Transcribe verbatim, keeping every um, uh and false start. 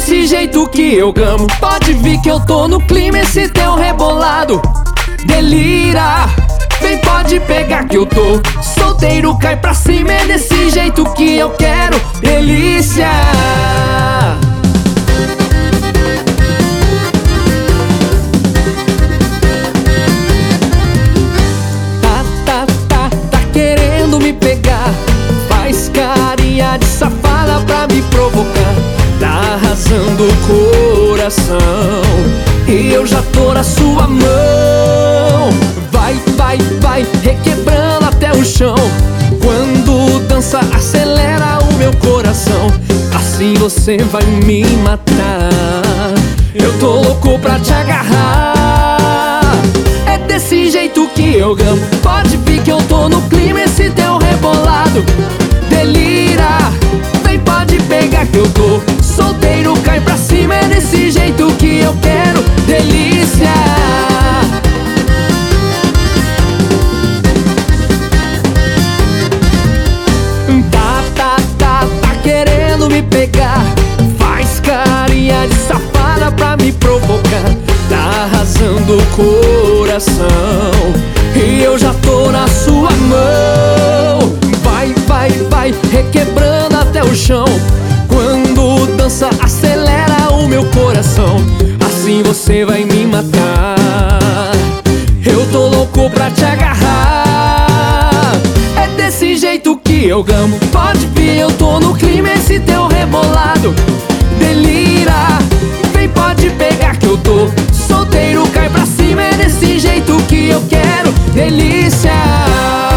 desse jeito que eu gamo. Pode vir que eu tô no clima, esse teu rebolado delira. Vem, pode pegar que eu tô solteiro, cai pra cima. É desse jeito que eu quero, delícia. Tá, tá, tá, tá querendo me pegar, faz carinha de safada pra me provocar. Tá arrasando o coração e eu já tô na sua mão. Vai, vai, vai, requebrando até o chão. Quando dança, acelera o meu coração. Assim você vai me matar. Eu tô louco pra te agarrar. É desse jeito que eu gamo. Pode vir que eu tô no clima, esse teu rebolado delira. Vem, pode pegar que eu tô solteiro, cai pra cima. É desse jeito que eu quero, delícia. Tá, tá, tá, tá querendo me pegar, faz carinha de safada pra me provocar. Tá arrasando o coração e eu já tô na sua mão. Vai, vai, vai, requebrando até o chão. Quando dança, acelera o meu coração. Assim você vai me matar. Eu tô louco pra te agarrar. É desse jeito que eu gamo. Pode vir, eu tô no clima, esse teu rebolado delira. Vem, pode pegar que eu tô solteiro, cai pra cima. É desse jeito que eu quero, delícia.